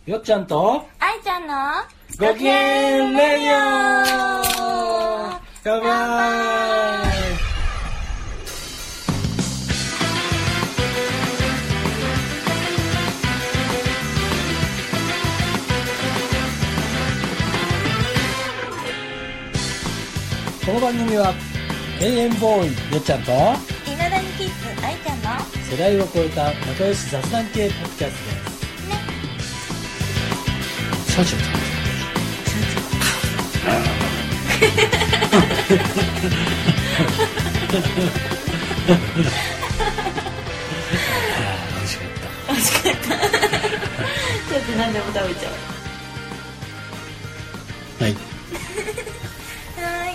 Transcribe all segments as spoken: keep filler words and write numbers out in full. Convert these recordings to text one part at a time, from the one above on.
よっちゃんとあいちゃんのごきげんレディオ乾杯。この番組は永遠ボーイよっちゃんといまだにキッズあいちゃんの世代を超えた仲良し雑談系ポッドキャストです。社長さん美味しかった美味しかったちょっと何でも食べちゃう。 はいはい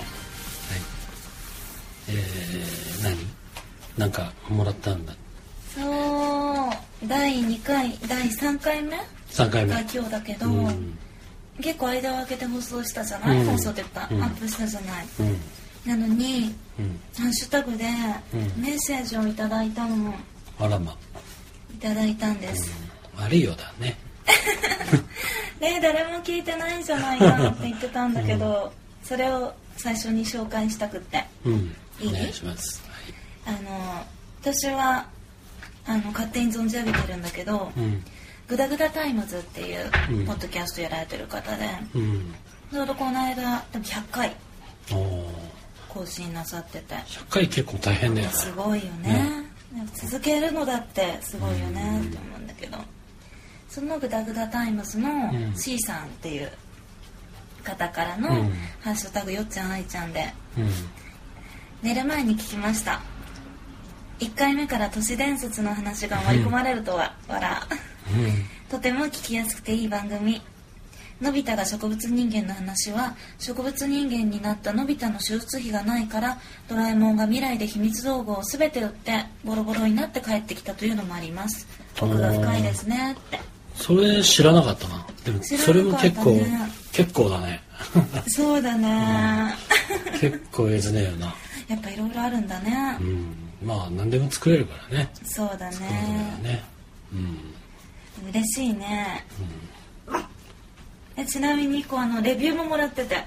えー、何なんかもらったんだ。 そうだいにかいだいさんかいめさんかいめが今日だけど、うん、結構間を空けて放送したじゃない、うん、放送って言った、うん、アップしたじゃない、うん、なのに、うん、ハッシュタグでメッセージをいただいたの、 あらまいただいたんです、うん、悪いようだねねえ誰も聞いてないじゃないなって言ってたんだけど、うん、それを最初に紹介したくって、うん、いい？ お願いします、 はい、あの私はあの勝手に存じ上げてるんだけど、うんグダグダタイムズっていうポッドキャストやられてる方で、うん、ちょうどこの間でもひゃっかい更新なさっててひゃっかい結構大変だよね。 すごいよね、ね、続けるのだってすごいよねって思うんだけど、そのグダグダタイムズの C さんっていう方からの、うん、ハッシュタグよっちゃんあいちゃんで、うん、寝る前に聞きました。いっかいめから都市伝説の話が盛り込まれるとは、うん、笑うん、とても聞きやすくていい番組。のび太が植物人間の話は植物人間になったのび太の手術費がないからドラえもんが未来で秘密道具を全て売ってボロボロになって帰ってきたというのもあります。奥が深いですねって。 それ知らなかったな。でもそれも結構結構だねそうだね、 うん、結構えずねえよなやっぱいろいろあるんだね、 うん、まあ何でも作れるからね。 そうだね、 ね、うん嬉しいね、うん、えちなみにこうあのレビューももらっててあ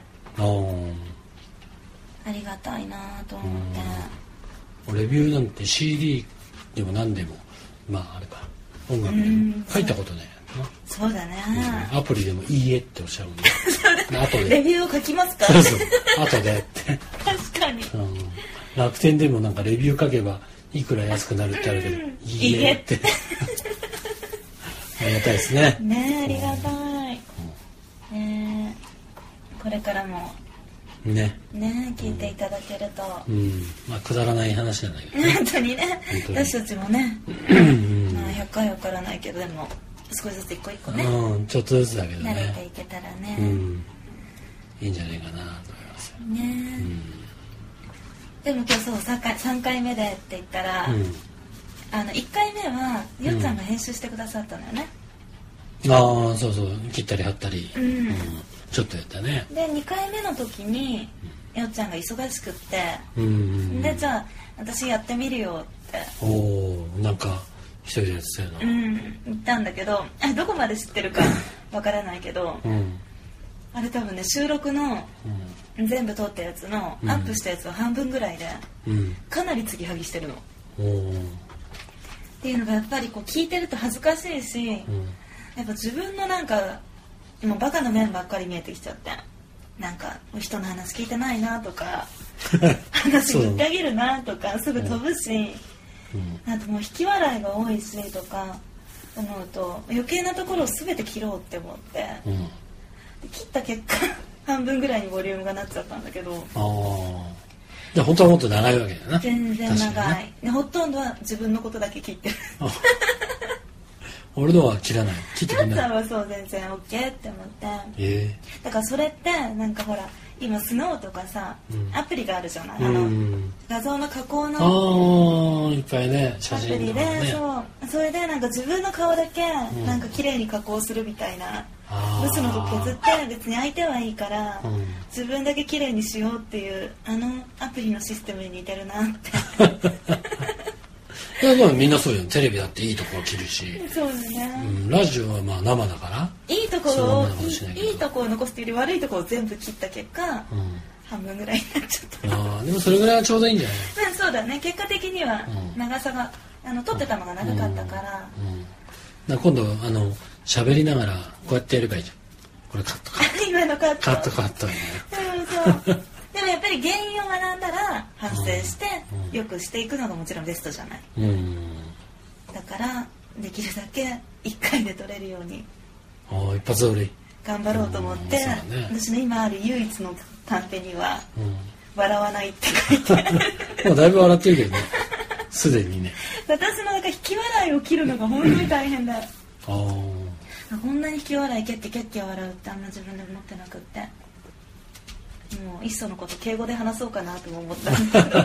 りがたいなと思って。 レビューなんて シーディー でも何でもまああれか音楽で書いたことねそうだね、 うん、アプリでもいいえっておっしゃるんで後でレビューを書きますか。 そうそう後でって確かに、うん、 楽天でもなんかレビュー書けばいくら安くなるってあるけど、うん、いいえってありがたいですね。 ねえありがたい、うん、ねこれからもねね聞いていただけると、 うん、まあくだらない話なんだけど、ね、 本当にね私たちもね、まあ、ひゃっかいは分からないけどでも少しずつ一個一個ね、うん、 ちょっとずつだけどね慣れていけたらね、 うん、いいんじゃないかなと思いますね、うん、でも今日そう 3, 回さんかいめでって言ったら、うんあのいっかいめはよっちゃんが編集してくださったのよね、 うん、ああそうそう切ったり貼ったり、うんうん、ちょっとやったね。 でにかいめの時に、うん、よっちゃんが忙しくって、うんうん、でじゃあ私やってみるよっておおなんか一人でやってたよな、 うん、言ったんだけどどこまで知ってるかわからないけど、うん、あれ多分ね収録の、うん、全部撮ったやつの、うん、アップしたやつは半分ぐらいで、うん、かなり継ぎはぎしてるのおっていうのがやっぱりこう聞いてると恥ずかしいし、うん、やっぱ自分のなんか今バカな面ばっかり見えてきちゃってなんか人の話聞いてないなとか話言ってあげるなとかすぐ飛ぶし、うん、あともう引き笑いが多いしとか思うと余計なところを全て切ろうって思って、うん、切った結果半分ぐらいにボリュームがなっちゃったんだけどあじゃあ本当はもっと長いわけだな。 全然長い、ね、ほとんどは自分のことだけ切ってる俺のは切らない切ってくれない。 やったはそう全然 OK って思って、えー、だからそれってなんかほら今スノーとかさ、うん、アプリがあるじゃない、あの、うん、画像の加工のあいっぱいね写真とかねアプリでそうそれでなんか自分の顔だけなんか綺麗に加工するみたいな、ブスのとこ削って別に相手はいいから、うん、自分だけ綺麗にしようっていうあのアプリのシステムに似てるなっていやまあみんなそうよ。テレビだっていいところ切るしそうね、 うん、ラジオはまあ生だからいころをいい、いいところを残すっていうより悪いところを全部切った結果、うん、半分ぐらいになっちゃった。 あでもそれぐらいはちょうどいいんじゃない？ まあ、そうだね。結果的には長さが、うん、あの撮ってたのが長かったから、 うんうん、だから今度あの喋りながらこうやってやればいいじゃん。これカットカット今のカットカットカットね。 そうでもやっぱり原因を学んだら反省してよくしていくのがもちろんベストじゃない、うん、だからできるだけいっかいで撮れるようにあ一発撮り頑張ろうと思って、ね、私の今ある唯一のカンペには、うん、笑わないって書いてあるもうだいぶ笑ってるけどねすでにね私のなんか引き笑いを切るのが本当に大変だあこんなに引き笑い蹴ってキャッキャ笑うってあんま自分で思ってなくってもういっそのこと敬語で話そうかなとも思ったんだけど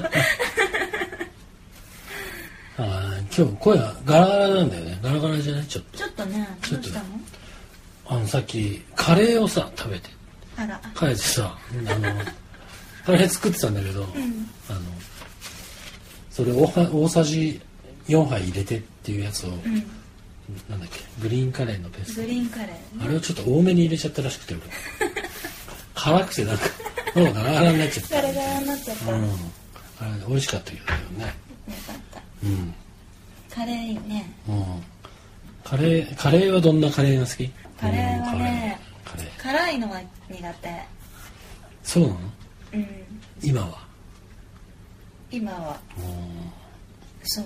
あ今日声がガラガラなんだよねガラガラじゃないちょっとちょっとねどうしたのあのさっきカレーをさ食べてあら帰ってさあのカレー作ってたんだけど、うん、あのそれ 大, 大さじよんはい入れてっていうやつを、うん、なんだっけグリーンカレーのペーストグリーンカレー、ね、 あれをちょっと多めに入れちゃったらしくて俺辛くてなんか喉がガラガラになっちゃったガラガラになっちゃった、うん、 あれ美味しかったけどねよかった、 うん、 カレーいいね、 うん、カレーカレーはどんなカレーが好き？ カレーはね、カレーカレー辛いのは苦手。 そうなの？ うん。 今は？ 今は。そう。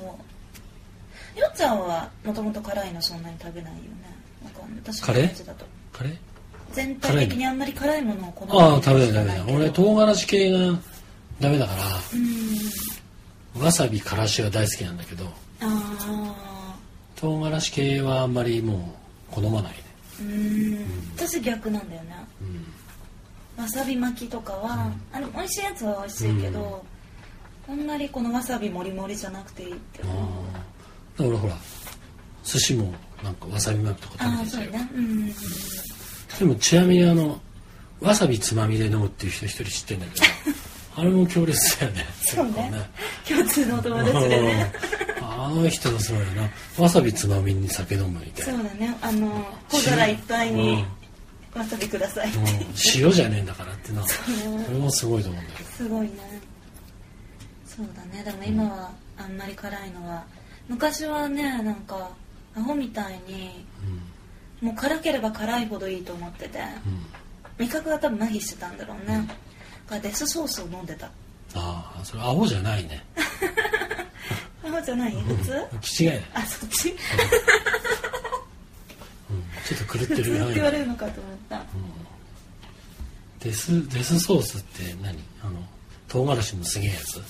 よっちゃんはもともと辛いのそんなに食べないよね。なんか私の感じだと。 カレー？ 全体的にあんまり辛いものを好む。ああ食べない食べない。俺唐辛子系がダメだから。うん。わさびからしは大好きなんだけど。ああ。唐辛子系はあんまりもう好まないね。 うん、私逆なんだよね、うん、わさび巻きとかは、うん、あの美味しいやつは美味しいけど、うん、こんなにこのわさびもりもりじゃなくていいって思う。 だからほら寿司もなんかわさび巻きとか食べてるよ、ねうん、でもちなみにあのわさびつまみで飲むっていう人一人知ってんだけどあれも強烈だよねそうね共通のお友達でねあの人のすごいなわさびつまみに酒飲むみたいなそうだねあの小皿いっぱいにわさびくださいって、うん、 塩じゃねえんだからってなそれもすごいと思うんだけどすごいねそうだねでも今はあんまり辛いのは昔はねなんかアホみたいに、うん、もう辛ければ辛いほどいいと思ってて、うん、味覚が多分麻痺してたんだろうね、うん、デスソースを飲んでたああそれアホじゃないねアホじゃない普通気違いだあそっち、うん、 ちょっと狂ってる普通って言われるのかと思った、うん、 デスデスソースって何あの唐辛子のすげえやつ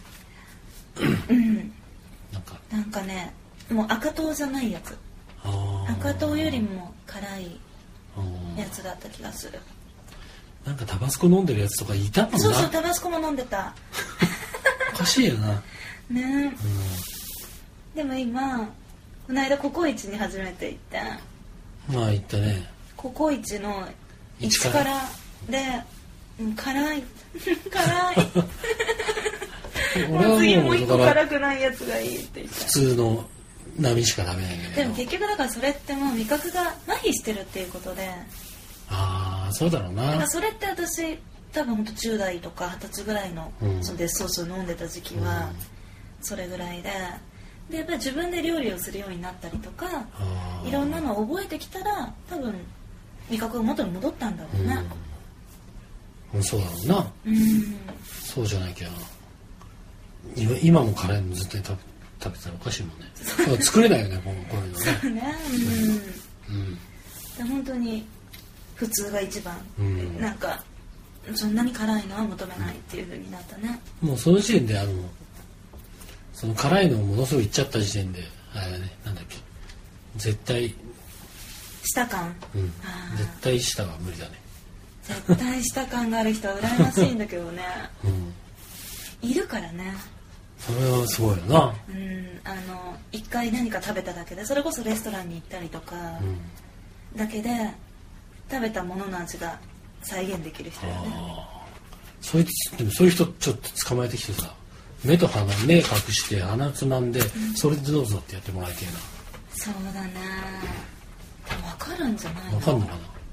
うんなんかなんかねもう赤唐じゃないやつ赤唐よりも辛いやつだった気がするなんかタバスコ飲んでるやつとかいたもんなそうそうタバスコも飲んでたおかしいよなね、うん、でも今この間ココイチに初めて行ってまあ行ったねココイチのいちからで、うん、辛い辛いもう次もう一個辛くないやつがいいって言った普通の波しか食べないんだけどでも結局だからそれってもう味覚が麻痺してるっていうことでああそうだろうなだからそれって私多分ほんとじゅう代とかはたちぐらいの、うん、そのデスソースを飲んでた時期は、うん、それぐらいででやっぱり自分で料理をするようになったりとかいろんなのを覚えてきたら多分味覚が元に戻ったんだろうね、 うん、そうだろうな、うん、そうじゃなきゃ今, 今も辛いのずっと食べ食べてたらおかしいもんね作れないよねこういうのねそうねうん、うん、で本当に普通が一番、うん、なんかそんなに辛いのは求めないっていう風になったねもうその時点であのその辛いのをものすごいいっちゃった時点であれだねなんだっけ絶対舌感、 うん、絶対舌は無理だね絶対舌感がある人は羨ましいんだけどね、うん、いるからねそれはすごいよなうんあの一回何か食べただけでそれこそレストランに行ったりとか、うん、だけで食べたものの味が再現できる人だよねそういうでもそういう人ちょっと捕まえてきてさ目と鼻目隠して鼻つまんで、うん、それでどうぞってやってもらいたいなそうだね分かるんじゃないの分かるのかな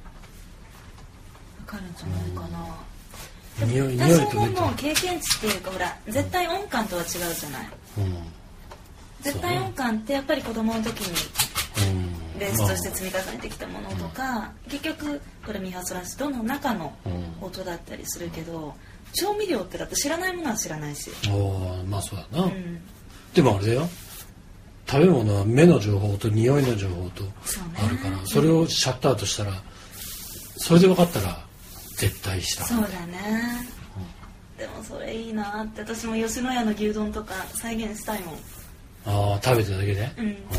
かるんじゃないかな、 うん、匂い多少のもう経験値っていうかほら絶対音感とは違うじゃない、うん、絶対音感ってやっぱり子供の時にベースとして積み重ねてきたものとか、うん、結局ドレミファソラシドの中の音だったりするけど、うん、調味料ってだって知らないものは知らないし、 おまあそうだな、うん、でもあれだよ、食べ物は目の情報と匂いの情報とあるから そ,、ね、それをシャットアウトしたらそれで分かったら絶対した、 そうだね、うん、でもそれいいなって。私も吉野家の牛丼とか再現したいもん。 ああ食べただけで、 うん、あ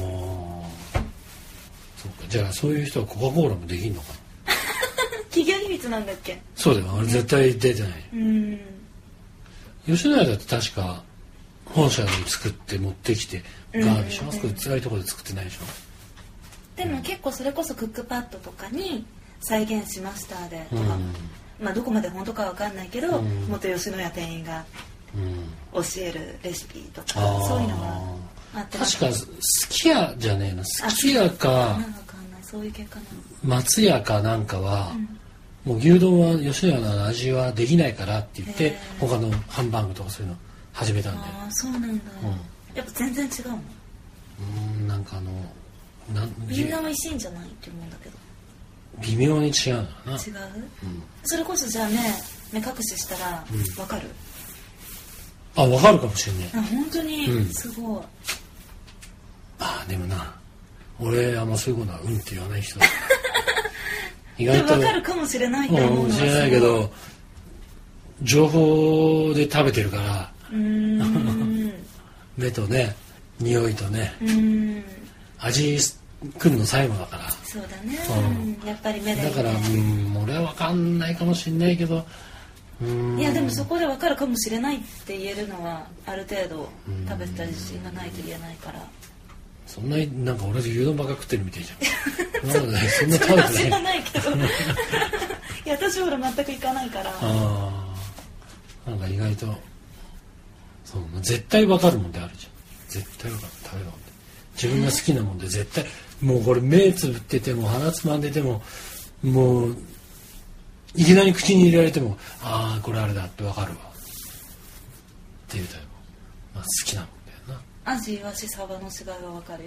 そうか。じゃあそういう人はコカ・コーラもできんのかな企業秘密なんだっけ。 そうだよ、あれ絶対出てない、ね、うん吉野家だって確か本社で作って持ってきてガーでしょ、うんうんうん、あそこ辛いところで作ってないでしょ。 でも結構それこそクックパッドとかに再現しましたでとか、うん、まあどこまで本当かわかんないけど、うん、元吉野家店員が教えるレシピとか、うん、そういうのがあって、 確かすき家じゃねえな、すき家かわかんない、そういう系かな、 松屋かなんかは、うん、もう牛丼は吉野家の味はできないからって言って他のハンバーグとかそういうの始めたんだよ。 ああそうなんだ、うん、やっぱ全然違うの。 うんなんかあのなんみんな美味しいんじゃないって思うんだけど微妙に違うのかな。違う、 うん、それこそじゃあね目隠ししたら分かる、 うん、あ分かるかもしれない。 あ本当に、うん、すごい。 あでもな俺あんまそういうことはうんって言わない人だ意外と分かるかもしれないと思うのは知れないけど情報で食べてるからうーん目とね匂いとねうーん味来るの最後だから。 そうだね、うん、やっぱり目で、 ね、だからうん俺は分かんないかもしれないけどいやでもそこで分かるかもしれないって言えるのはある程度食べてた自信がないと言えないから。 そんなになんか俺で牛丼ばっか食ってるみたいじゃんなんか、ね、そんな食べてない知らないけどいや私ほら全く行かないから。 あなんか意外とそう絶対分かるもんであるじゃん。絶対分かる食べるもんで自分が好きなもんで絶対もうこれ目つぶってても鼻つまんでてももういきなり口に入れられてもああこれあれだって分かるわっていうタイプ、まあ、好きなもんだよな。 アジイワシサバの違いは分かるよ。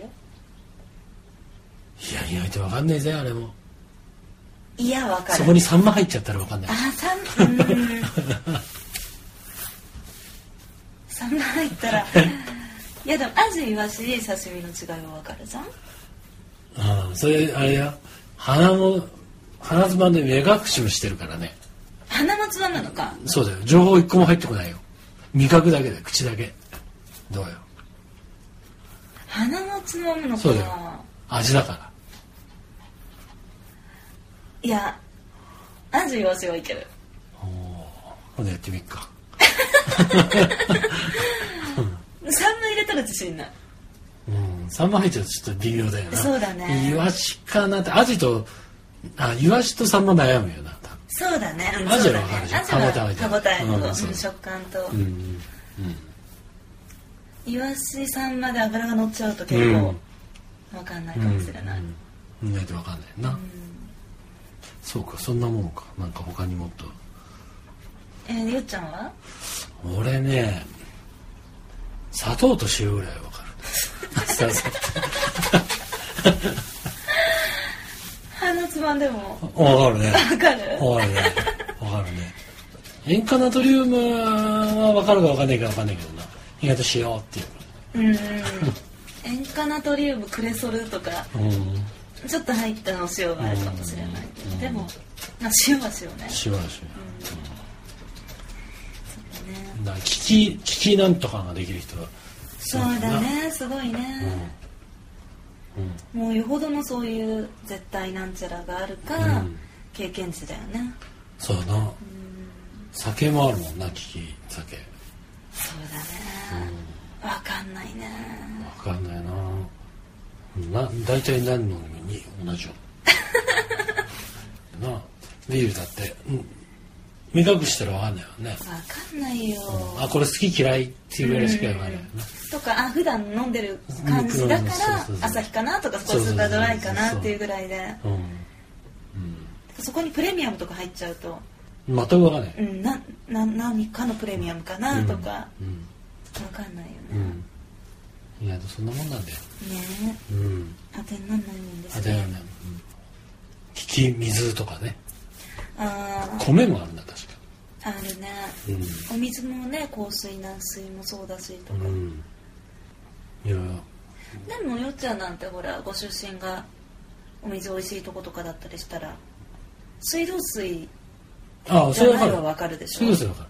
いや意外と分かんないぜあれも。 いや分かる。 そこにサンマ入っちゃったら分かんない。 あサンうんサンマ入ったらいやでもアジイワシ刺身の違いは分かるじゃん。 ああそれあれや鼻も鼻つまんで目隠しもしてるからね。 鼻もつまむのか。 そうだよ情報一個も入ってこないよ。味覚だけで口だけどうよ。 鼻もつまむのか。 そうだよ味だから。 いやアジイワシはいける。 お今度やってみっかサンマ入れたら自信ない。 うんサンマ入っちゃうとちょっと微妙だよな。 そうだね。 イワシかなってアジとあイワシとサンマ悩むよな。 そうだね。 アジは分かるじゃん。 歯ごたえと食感と、 うんうんイワシサンマで油が乗っちゃうと結構分かんないかもしれない。 意外と分かんないな、うん、そうかそんなもんか。なんか他にもっとえー、ゆっちゃんは？ 俺ね砂糖と塩ぐらい分かる鼻つまんでも分かるね。 分かる？ 分かるね。分かるね。塩化ナトリウムは分かるか分かんないか分かんないけどな。意外と塩っていう。 うん。塩化ナトリウムクレソルとか、うん、ちょっと入ったの塩があるかもしれないけど、うん、でも、まあ、塩は塩ね。 塩は塩。うん、そうだね。だから聞き聞きなんとかができる人は。 そうだね。すごいね。うんうん、もうよほどのそういう絶対なんちゃらがあるか、うん、経験値だよね。 そうだな、うん、酒もあるもんな。利き酒そうだね、うん、分かんないね。 分かんないな。な大体何のに同じよな。ビールだって、うん、目隠したら分かんないわね。 分かんないよ、 うん、あこれ好き嫌いっていうぐらいしか分かんないよな、 うん、とかあ普段飲んでる感じだから朝日かなとかスポーツがドライかなっていうぐらいで、うんうん、 そこにプレミアムとか入っちゃうと全く分かんない、 うん、なな何かのプレミアムかなとか、うんうん、分かんないよね、 うん、いやそんなもんなんだよねえ、うん、当てになんないもんですね。 当てになんない、うん、きき水とかね、 あ米もあるんだ確かあるね、うん、お水もね硬水軟水もそうだしとか、うん、 いやでもよっちゃんなんてほらご出身がお水おいしいとことかだったりしたら水道水じゃないはわかるでしょ。 水道水わかる、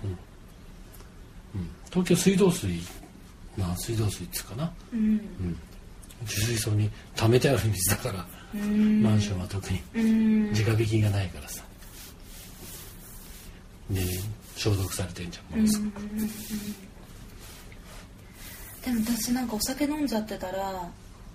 うんうん、東京水道水まあ水道水っつうかな、うんうん、自水槽に溜めてある水だからマンションは特に直引きがないからさで消毒されてんじゃんものすごく、うんうんうん、 でも私なんかお酒飲んじゃってたら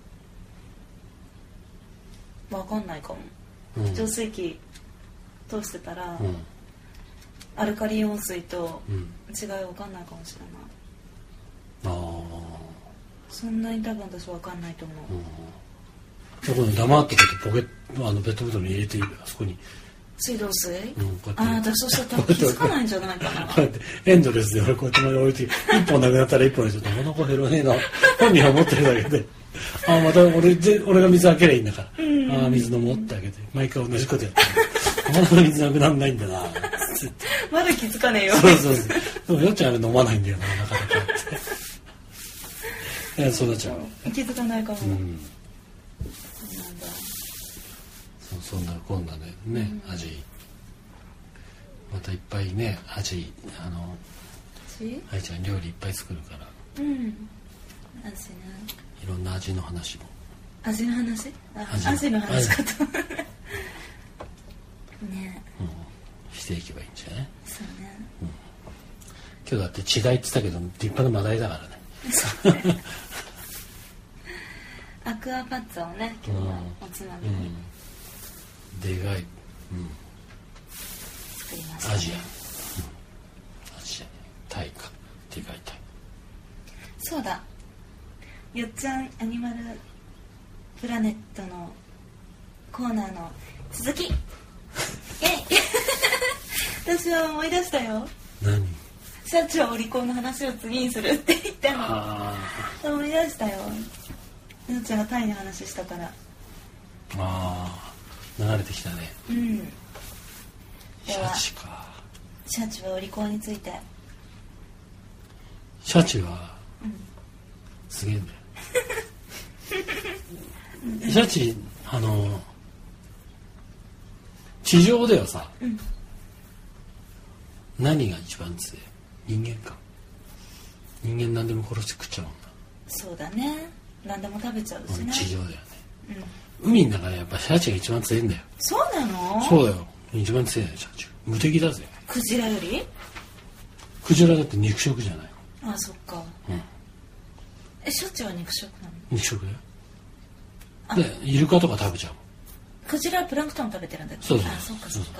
わかんないかも、うん、浄水器通してたら、うん、アルカリ温水と違いわかんないかもしれない、うん、あそんなに多分私わかんないと思う、 うん、そこに黙ってこうやってポケットあのペットボトルに入れてあそこに水道水、 うん、こうやってああ私そうしたら気づかないんじゃないかなこうやってエンドレスで俺こうやって前に置いて一本なくなったら一本にちょっとこの子減らねえな本人は持ってるだけであまた 俺, 俺が水開けりゃいいんだから、うん、あ水飲もうってあげて毎回同じことやってまだ水なくならないんだなまだ気づかねえよそうそうそうでもよっちゃんあれ飲まないんだよななかなかっていやそうなっちゃう気づかないかも、うん、そうなんだそ, そんなこんなでね、うん、味またいっぱいね味あの愛ちゃん料理いっぱい作るからうん味ねいろんな味の話も味の話味, 味の話かとね、 うん、していけばいいんじゃないそうね、 うん、今日だって違いって言ったけど立派なマダイだからねそうねアクアパッツァをね今日はおつまみに、 うん、でかい、うん、 作りました、ね、 アジア、うん、アジアタイかでかいタイそうだよっちゃんアニマルプラネットのコーナーの続き私は思い出したよ何社長お利口の話を次にするって言ったの思い出したよよっちゃんがタイの話したからああ流れてきたねうんシャチかシャチはお利口についてシャチは、うん、すげえんだよシャチあの地上ではさ、うん、何が一番強い人間か人間何でも殺して食っちゃうもんなそうだね何でも食べちゃうしね地上だよね、うん、海の中でやっぱシャチが一番強いんだよそうなのそうだよ一番強いよシャチ無敵だぜクジラよりクジラだって肉食じゃないああそっか、うん、えシャチは肉食なの肉食だよでイルカとか食べちゃうクジラはプランクトン食べてるんだけどそうそうあそっかそっか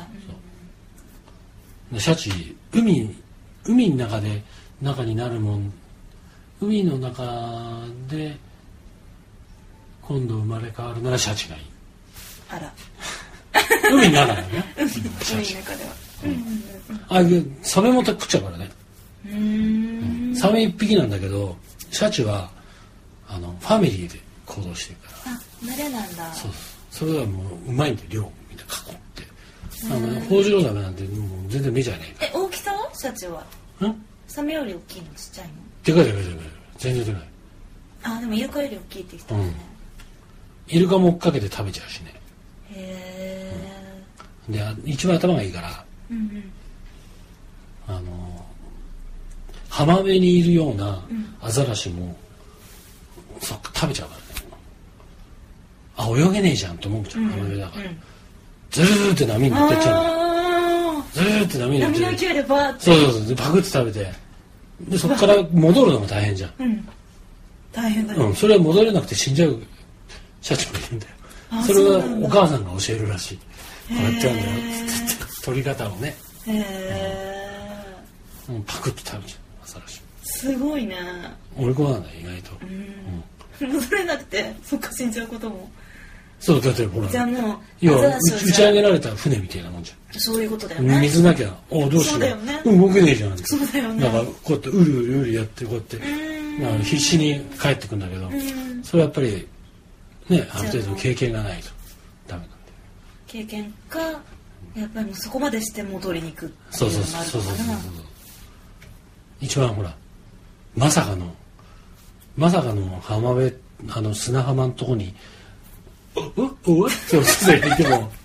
シャチ海海の中で中になるもん海の中で今度生まれ変わるならシャチがいいあら海の中だね海の中では、うんうんうん、 あサメも食っちゃうからねうーんサメ一匹なんだけどシャチはあのファミリーで行動してるからあ慣れなんだそうそれはもううまいんで量みんな囲ってあのホウジロザメなんてもう全然目じゃねえからえ大きさはシャチはんサメより大きいのちっちゃいのでかいでかいでかい全然でかいあでもイルカより大きいって言ってたね、 うん、イルカも追っかけて食べちゃうしねへえ、うん、で一番頭がいいから、 うんうん、 あの浜辺にいるようなアザラシも、うん、そっか食べちゃうからねあ泳げねえじゃんと思うじゃん、うん、浜辺だから、うん、ずーって波に乗ってっちゃうずーって波に乗って波の勢いでバーってそうそうそうでパクって食べてでそこから戻るのも大変じゃん、 うん、大変だね、 うん、それは戻れなくて死んじゃうシャチもいるんだよそれはお母さんが教えるらしいこうやっちゃうんだよって取り方をねへえ、 うん、パクって食べちゃうアザラシすごいね俺子なんだ意外と、 うんうん、戻れなくてそっか死んじゃうこともそうだってほらじゃあもう要は打ち上げられた船みたいなもんじゃん。 そういうことだよね。 水なきゃおどうしよう、 そうだよね、 うん、動けねえじゃん。 そうだよね。 だからこうやってうるうるうるやってこうやって必死に帰ってくんだけど、それはやっぱりねある程度の経験がないとダメなんで。 経験かやっぱりもうそこまでして戻りに行くってそうそういうのがあるそうそうそうそうのかな。 一番ほらまさかのまさかの浜辺あの砂浜のとこに「おおおって落ちていてもいても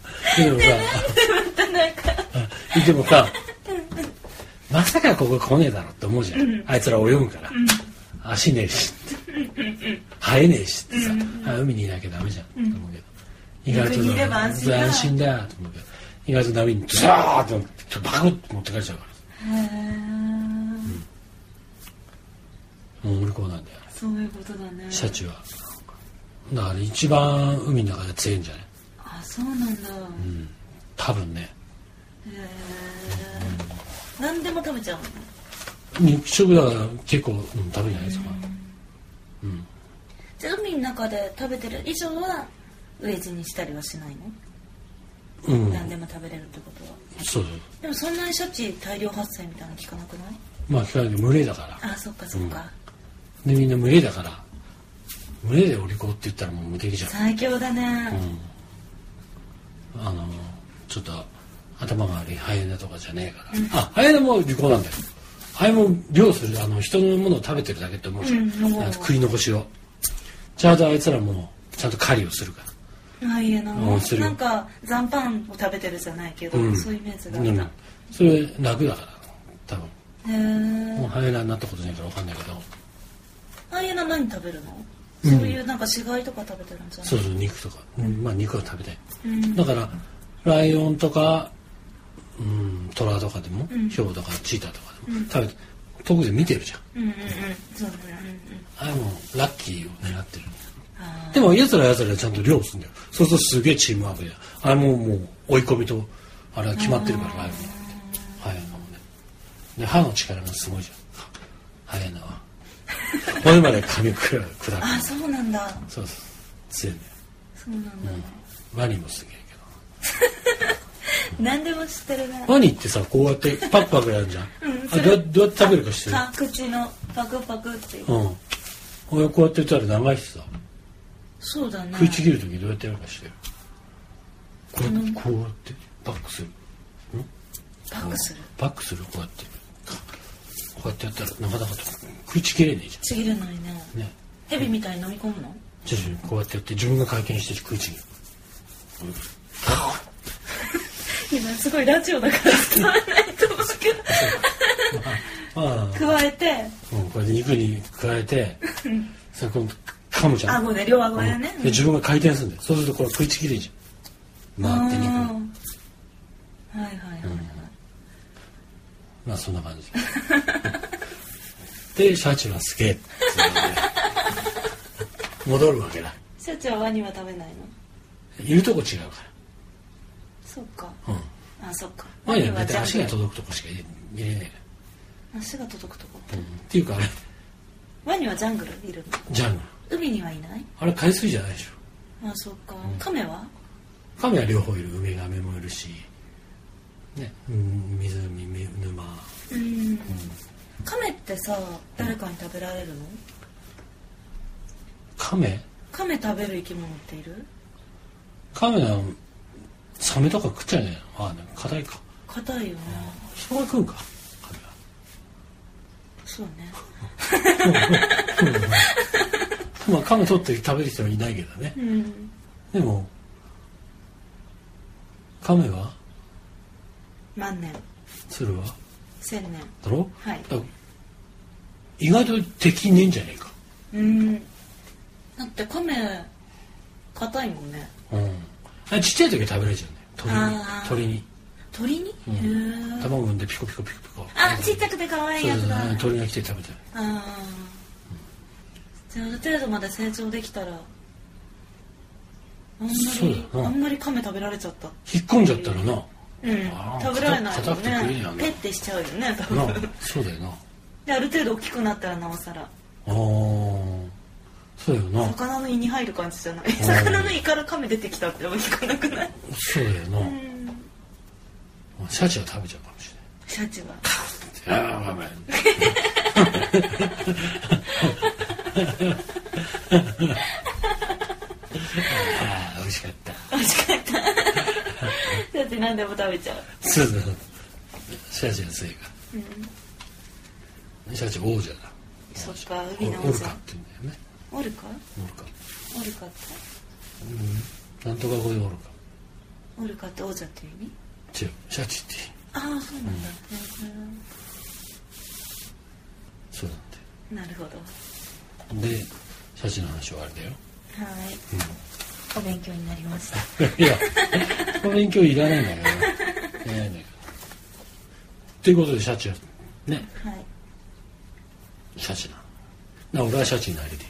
さいてもさまさかここ来ねえだろって思うじゃん、うん、あいつら泳ぐから、うん、足ねえし生えねえしってさ、うん、海にいなきゃダメじゃん、うん、と思うけど意外と安心だと思うけど意外と波にザーッとバクッと持ってかれちゃうからへえ、うん、お利口なんだよ。 そういうことだね。 シャチはだから一番海の中で強いんじゃない。 あ、そうなんだ、うん、 多分ね。 へえ、うん、何でも食べちゃうの。 肉食だから結構、うん、食べないですか、うん、 じゃあ海の中で食べてる以上は飢え死にしたりはしないの、うん、何でも食べれるってことは。 そうそう。 でもそんなにシャチ大量発生みたいなの聞かなくない。 まあ聞かないけど群れだから。 あ、そっかそっか、 うん、でみんな群れだから群れでお利口って言ったらもう無敵じゃん。 最強だね、 うん、あのちょっと頭が悪いハイエナとかじゃねえから、うん、あハイエナも利口なんだよ。ハイエナも漁するあの人のものを食べてるだけって思うじゃん、うん、あと食い残しをちゃんとあいつらもちゃんと狩りをするから。 ハイエナもなんか残飯を食べてるじゃないけど、うん、そういうイメージがあった、うん、 それ楽だから多分。 へえ。 もうハイエナになったことないから分かんないけど。 ハイエナ何食べるの、うん、そういうなんか死骸とか食べてるんじゃない。 そうそう肉とか、うん、まあ肉は食べたい、うん、だからライオンとか、うん、トラとかでも、うん、ヒョウとかチーターとかでも、うん、食べて遠くで見てるじゃん。うんうんうん、そうだね、うんうん、あれもラッキーを狙ってる。でも奴ら奴らちゃんと漁するんだよ。そうするとすげえチームワークであれももう追い込みとあれは決まってるからライオンはハイエナもね。で歯の力がすごいじゃんハイエナは骨まで噛み砕く。 あ、そうなんだ。 そうそう強いんだよ。 そうなんだ、 うん、ワニもすげえけど何でも知ってるね。 ワニってさこうやってパクパクやるじゃん、うん、あどうやって食べるか知ってる。 口のパクパクっていう、 うん、こうやってやったら長いしさ。 そうだね。 食いちぎる時どうやってやるかしてる。こうこうやってバックする。 バックする。 バックするこうやってこうやってやったらなかなか食いちぎれねえじゃん。 ちぎれないね。ね。蛇みたいに飲み込むの？ じゃあこうやってやって自分が回転して食いちぎる。 うん、今すごいラジオだから伝わらないと思うけど。まあ、まあ、加えて。 うん、これで肉に加えて。さあこの噛むじゃん。 顎で両顎でね、うん、 で自分が回転するんだよ。そうするとこれ食いちぎれじゃん。回って肉。はいはいはいはい、うん、 まあそんな感じでシャチはすげえって戻るわけだ。 シャチはワニは食べないの。 いるとこ違うから。 そっか、 うん、 あ、そっか。 ワニは大体足が届くとこしか入れないから。 足が届くとこ、 うん、っていうかあれワニはジャングルいるの。 ジャングル。 海にはいない。 あれ海水じゃないでしょ。あ、そっか、うん、カメはカメは両方いる。ウミガメもいるしね、うん、湖沼、うん、うん、 カメってさ誰かに食べられるの。 カメカメ食べる生き物っている。 カメはサメとか食っちゃうね。ああ、硬いか。 硬いよね。 人が食うかカメは。 そうねまあカメ取って食べる人はいないけどね、うん、でもカメは万年、 鶴は千年だろ、 はい、 だ意外と敵ねえんじゃねえか。 うん、だってカメ硬いもんね、 うん、あちっちゃい時は食べられちゃうね。鳥に鳥に鳥に、うん、 卵産んでピコピコピコピコ。 あ、ちっちゃくて可愛いやつだ。 そうですね、鳥が来て食べてる。ああ、 うん、じゃあある程度まで成長できたらあんまりあんまりカメ食べられちゃった引っ込んじゃったらな、 うん、食べられないよね。ペッてしちゃうよね多分。 そうだよな。 である程度大きくなったらなおさら。ああ、 そうよな。 魚の胃に入る感じじゃない。魚の胃から亀出てきたっても聞かなくない？ そうだよな。シャチは食べちゃうかもしれない。シャチはああごめんああ美味しかった美味しかったシャチ何でも食べちゃう。 そうそうそうシャチのせいか、うん、シャチ王者だ。 そっか海の王者オルカって言うんだよね。 オルカオルカオルカってうんなんとか語でオルカオルカって王者っていう意味？ 違うシャチってああそうなんだ、うん、 そうなんだ。なるほど。 でシャチの話はあれだよ。 はい、うん、お勉強になりましたいやお勉強いらないんだけどいらないんだけどということでシャチはね、 はい、 シャチなな俺はシャチになりで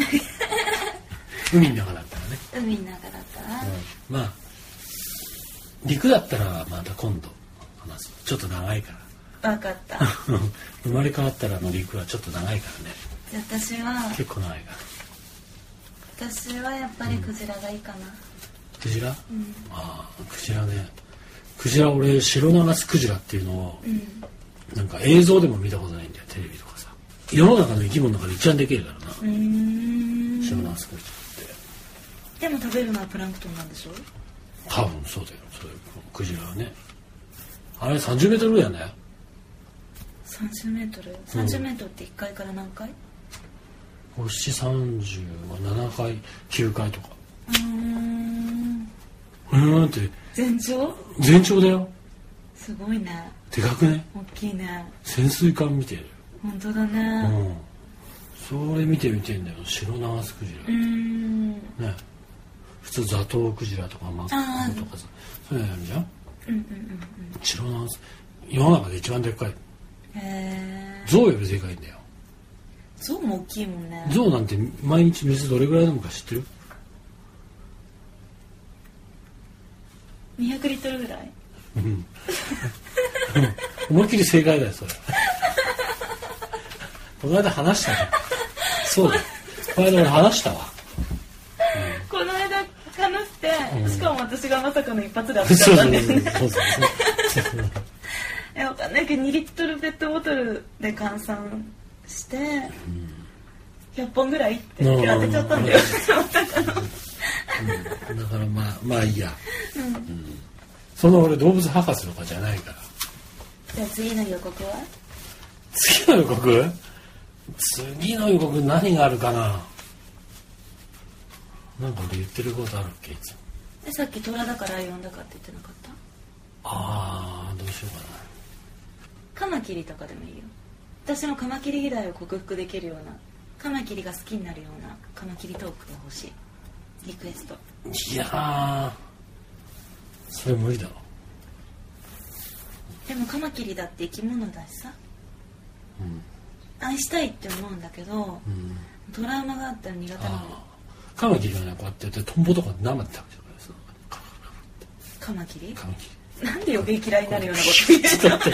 海の中だったらね海の中だったら、 うん、まあ陸だったらまた今度話す。ちょっと長いから分かった生まれ変わったらの陸はちょっと長いからね。 じゃあ私は結構長いから私はやっぱりクジラがいいかな、うん、 クジラ、うん、 ああクジラね。クジラ俺シロナガスクジラっていうのを、うん、なんか映像でも見たことないんだよテレビとかさ。世の中の生き物の中で一番できるからな。うーんシロナガスクジラってでも食べるのはプランクトンなんでしょ。 多分そうだよ。そういうクジラはねあれさんじゅうメートルぐらいなんだよ。 さんじゅうメートル さんじゅうメートルっていっかいから何回？ 星さんじゅうはななかいきゅうかいとか。うーんうーんって全長？ 全長だよ。 すごいね。 でかくね。 大きいね。 潜水艦見てる。 本当だね、 うん、それ見てみてんだよ。シロナガスクジラ。うーんね普通ザトウクジラとかマッコとかさそういうのやるじゃん。うんうんうんうん。シロナガス世の中で一番でっかい。へえ。ゾウよりでかいんだよ。 ゾウも大きいもんね。 ゾウなんて毎日水どれぐらい飲むか知ってる？ にひゃくリットルぐらい。 うん思いっきり正解だよそれこの間話したね。そうだよこの間俺話したわ、うん、 この間話して、うん、しかも私がまさかの一発で当てちゃったんですね。そうそうそうえわかんないけどにリットルペットボトルで換算して、うん、ひゃっぽんぐらいって当てちゃったんだよ。 うん、だからまあまあいいや、うんうん、その俺動物博士とかじゃないから。 じゃあ次の予告は？ 次の予告？次の予告何があるかな。なんか俺言ってることあるっけいつも。 でさっき虎だかライオンだかって言ってなかった？ ああどうしようかな。 カマキリとかでもいいよ。私のカマキリ嫌いを克服できるようなカマキリが好きになるようなカマキリトークが欲しい。リクエスト。 いやーそれ無理だろ。 でもカマキリだって生き物だしさ、うん、愛したいって思うんだけど、うん、トラウマがあったら苦手なの。 カマキリがねこうやってやってトンボとか生で食べちゃうからさ。 カマキリ？ カマキリ。なんで余計嫌いになるようなこと言うの？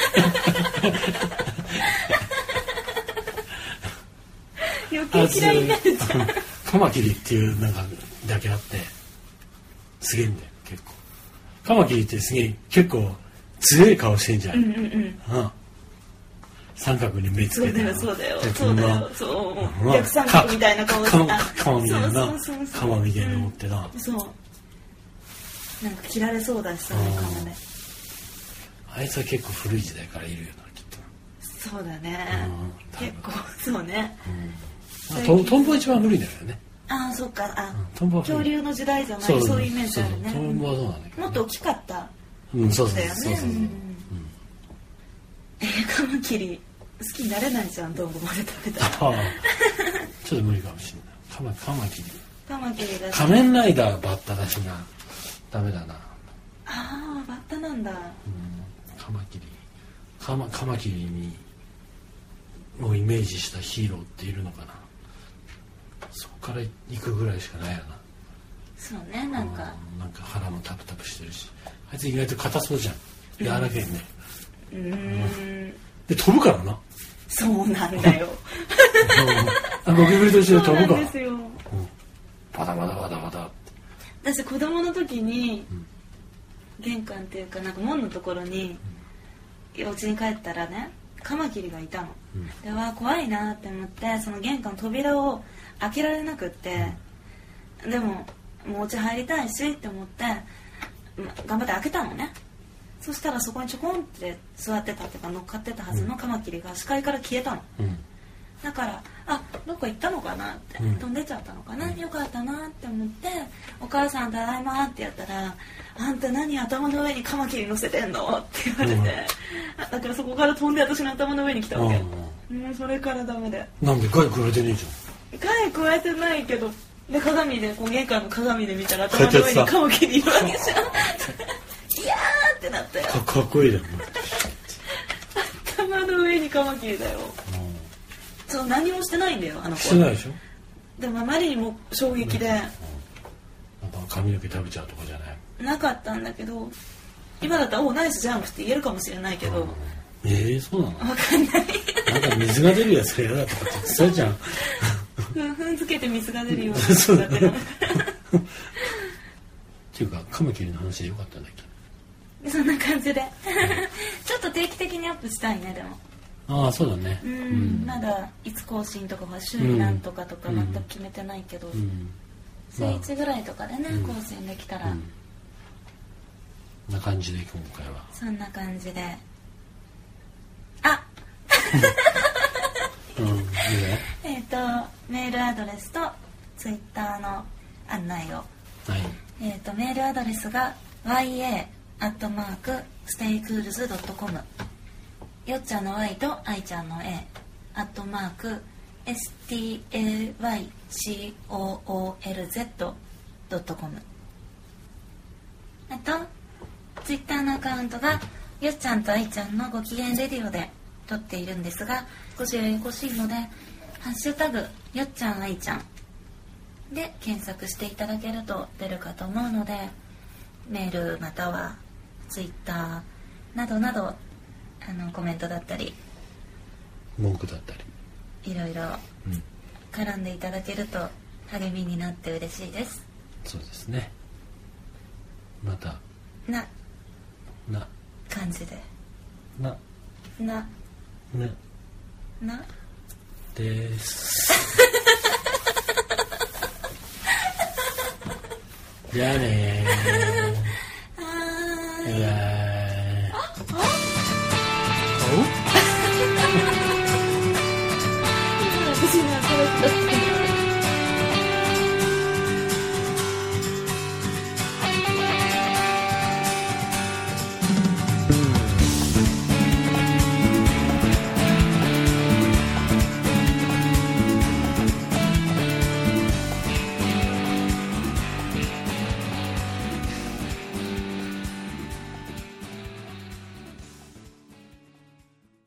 余計嫌いになるじゃん。 カマキリっていうなんかだけあってすげえんだよ結構。カマキリってすげえ結構強い顔してんじゃん。うんうんうん。三角に目つけて。 そうだよそうだよ。そうだよ。そう。逆三角みたいな顔して。 カマみたいな。カマみたいなの持ってな。 そう。なんか切られそうだしさ、カマで。 あいつは結構古い時代からいるよなきっと。そうだね。結構そうね。 トンボ一番古いんだよね。 ああそっかあ、うん、恐竜の時代じゃないそういうイメージあるね。 トンボはそうなんだけど、ね、 もっと大きかった。 うんそうそうだよね。 そうそう、うん、 えー、カマキリ好きになれないじゃんトンボまで食べたら。ちょっと無理かもしれない。カマカマキリ。 カマキリだし。 仮面ライダーバッタだしな。ダメだな。 ああバッタなんだ。うんカマキリカマカマキリにをイメージしたヒーローっているのかな。そこから行くぐらいしかないよな。 そうねなんか、 うん、なんか腹もタプタプしてるしあいつ意外と硬そうじゃん柔らけんね。うん、うん、で飛ぶからな。 そうなんだよあゴキブリと一緒に飛ぶか。 そうなんですよ、うん、 バタバタバタバタって。 私子供の時に、うん、玄関っていうかなんか門のところに、うん、お家に帰ったらねカマキリがいたの、うん、でわ怖いなって思ってその玄関の扉を開けられなくって、うん、でももうお家入りたいしって思って頑張って開けたのね。そしたらそこにちょこんって座ってたっていうか乗っかってたはずのカマキリが視界から消えたの、うん、だからあどこ行ったのかなって、うん、飛んでっちゃったのかな、うん、よかったなって思ってお母さんただいまってやったらあんた何頭の上にカマキリ乗せてんのって言われて、うん、だからそこから飛んで私の頭の上に来たわけ、うん、もうそれからダメで。なんで害加えてねえじゃん。害加えてないけどで鏡でこう玄関の鏡で見たら頭の上にカマキリいるわけじゃんいやーってなったよ。 か, かっこいいだよ頭の上にカマキリだよ、うん、そう何もしてないんだよあの子。 してないでしょ。 でもあまりにも衝撃で、うんうん、 髪の毛食べちゃうとかじゃないなかったんだけど今だったらおナイスジャンプって言えるかもしれないけど、うん、 えー、そうなの。 分かんないなんか水が出るやつが嫌だとかって言ってたじゃんふんふんつけて水が出るようなそうだねっていうかカマキリの話でよかったんだっけ。そんな感じでちょっと定期的にアップしたいね。でもああそうだね、 うん、うん、まだいつ更新とかは週に何とかとか全く決めてないけど、うんうん、週いちぐらいとかでね、うん、更新できたら、うん、 な感じで今回はそんな感じであうん、いいね。 えっとメールアドレスとツイッターの案内を、 はい、 えっとメールアドレスが ワイエー アットマークステイクールズドットコム よっちゃんの Y と愛ちゃんの A アットマーク エスティーエーワイシーオーオーエルゼットドットコム あとツイッターのアカウントがよっちゃんと愛ちゃんのご機嫌レディオで撮っているんですが少しややこしいのでハッシュタグよっちゃん愛ちゃんで検索していただけると出るかと思うのでメールまたはツイッターなどなどあのコメントだったり文句だったりいろいろ絡んでいただけると励みになって嬉しいです。 そうですね。またなな感じでななななですじゃあねー。 はーい。 バイバイ。